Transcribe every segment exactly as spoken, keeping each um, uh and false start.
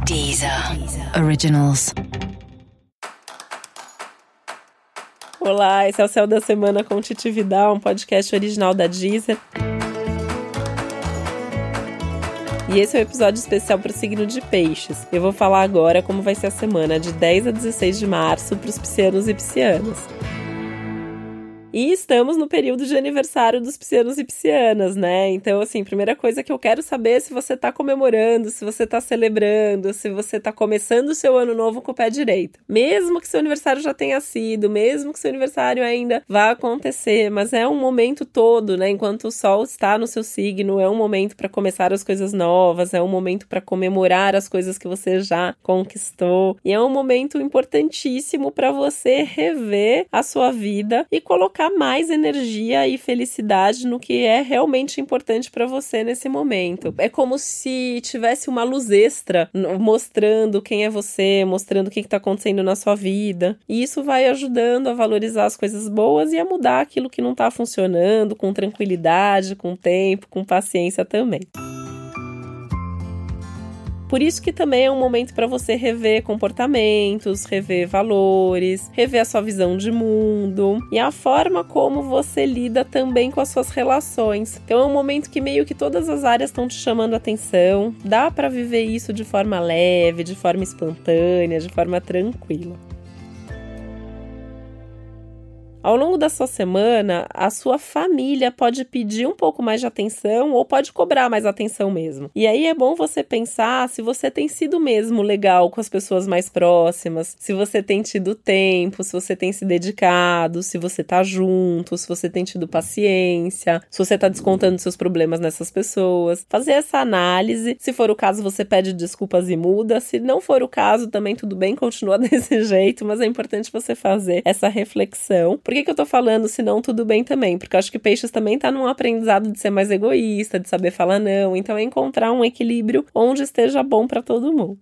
Deezer Originals. Olá, esse é o Céu da Semana com Titi Vidal, um podcast original da Deezer. E esse é o um episódio especial para o signo de Peixes. Eu vou falar agora como vai ser a semana de dez a dezesseis de março para os piscianos e piscianas. E estamos no período de aniversário dos piscianos e piscianas, né? Então, assim, primeira coisa que eu quero saber é se você tá comemorando, se você tá celebrando, se você tá começando o seu ano novo com o pé direito. Mesmo que seu aniversário já tenha sido, mesmo que seu aniversário ainda vá acontecer, mas é um momento todo, né? Enquanto o sol está no seu signo, é um momento para começar as coisas novas, é um momento para comemorar as coisas que você já conquistou. E é um momento importantíssimo para você rever a sua vida e colocar mais energia e felicidade no que é realmente importante para você nesse momento. É como se tivesse uma luz extra mostrando quem é você, mostrando o que está acontecendo na sua vida. E isso vai ajudando a valorizar as coisas boas e a mudar aquilo que não está funcionando com tranquilidade, com tempo, com paciência também. Por isso que também é um momento para você rever comportamentos, rever valores, rever a sua visão de mundo e a forma como você lida também com as suas relações. Então é um momento que meio que todas as áreas estão te chamando a atenção. Dá para viver isso de forma leve, de forma espontânea, de forma tranquila. Ao longo da sua semana, a sua família pode pedir um pouco mais de atenção ou pode cobrar mais atenção mesmo. E aí é bom você pensar se você tem sido mesmo legal com as pessoas mais próximas, se você tem tido tempo, se você tem se dedicado, se você tá junto, se você tem tido paciência, se você tá descontando seus problemas nessas pessoas. Fazer essa análise, se for o caso você pede desculpas e muda, se não for o caso também tudo bem, continua desse jeito, mas é importante você fazer essa reflexão. Por que que eu tô falando se não tudo bem também? Porque eu acho que Peixes também tá num aprendizado de ser mais egoísta, de saber falar não. Então é encontrar um equilíbrio onde esteja bom pra todo mundo.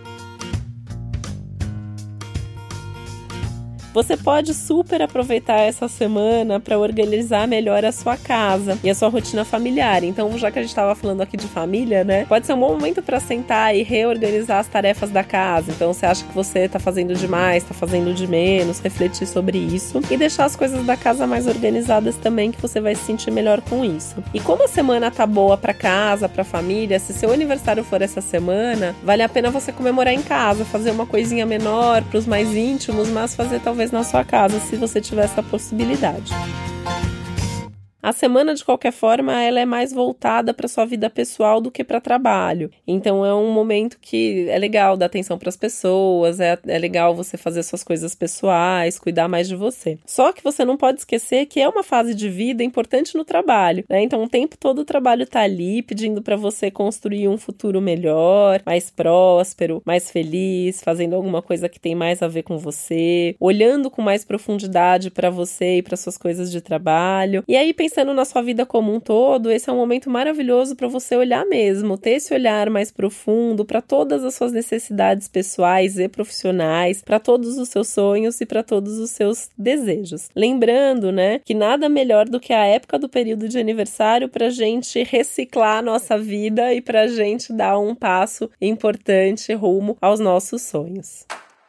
Você pode super aproveitar essa semana para organizar melhor a sua casa e a sua rotina familiar. Então, já que a gente estava falando aqui de família, né? Pode ser um bom momento para sentar e reorganizar as tarefas da casa. Então, você acha que você está fazendo demais, está fazendo de menos, refletir sobre isso e deixar as coisas da casa mais organizadas também, que você vai se sentir melhor com isso. E como a semana tá boa para casa, para família, se seu aniversário for essa semana, vale a pena você comemorar em casa, fazer uma coisinha menor para os mais íntimos, mas fazer talvez na sua casa, se você tiver essa possibilidade. A semana, de qualquer forma, ela é mais voltada para sua vida pessoal do que para trabalho. Então, é um momento que é legal dar atenção para as pessoas, é, é legal você fazer suas coisas pessoais, cuidar mais de você. Só que você não pode esquecer que é uma fase de vida importante no trabalho, né? Então, o tempo todo o trabalho tá ali pedindo para você construir um futuro melhor, mais próspero, mais feliz, fazendo alguma coisa que tem mais a ver com você, olhando com mais profundidade para você e para suas coisas de trabalho. E aí, pensando Pensando na sua vida como um todo, esse é um momento maravilhoso para você olhar mesmo, ter esse olhar mais profundo para todas as suas necessidades pessoais e profissionais, para todos os seus sonhos e para todos os seus desejos. Lembrando, né, que nada melhor do que a época do período de aniversário para a gente reciclar a nossa vida e para a gente dar um passo importante rumo aos nossos sonhos.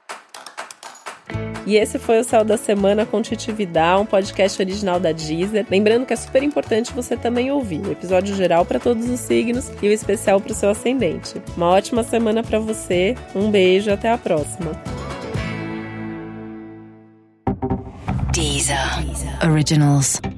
E esse foi o Céu da Semana com Titi Vidal, um podcast original da Deezer. Lembrando que é super importante você também ouvir o episódio geral para todos os signos e o especial para o seu ascendente. Uma ótima semana para você, um beijo, até a próxima. Deezer Originals.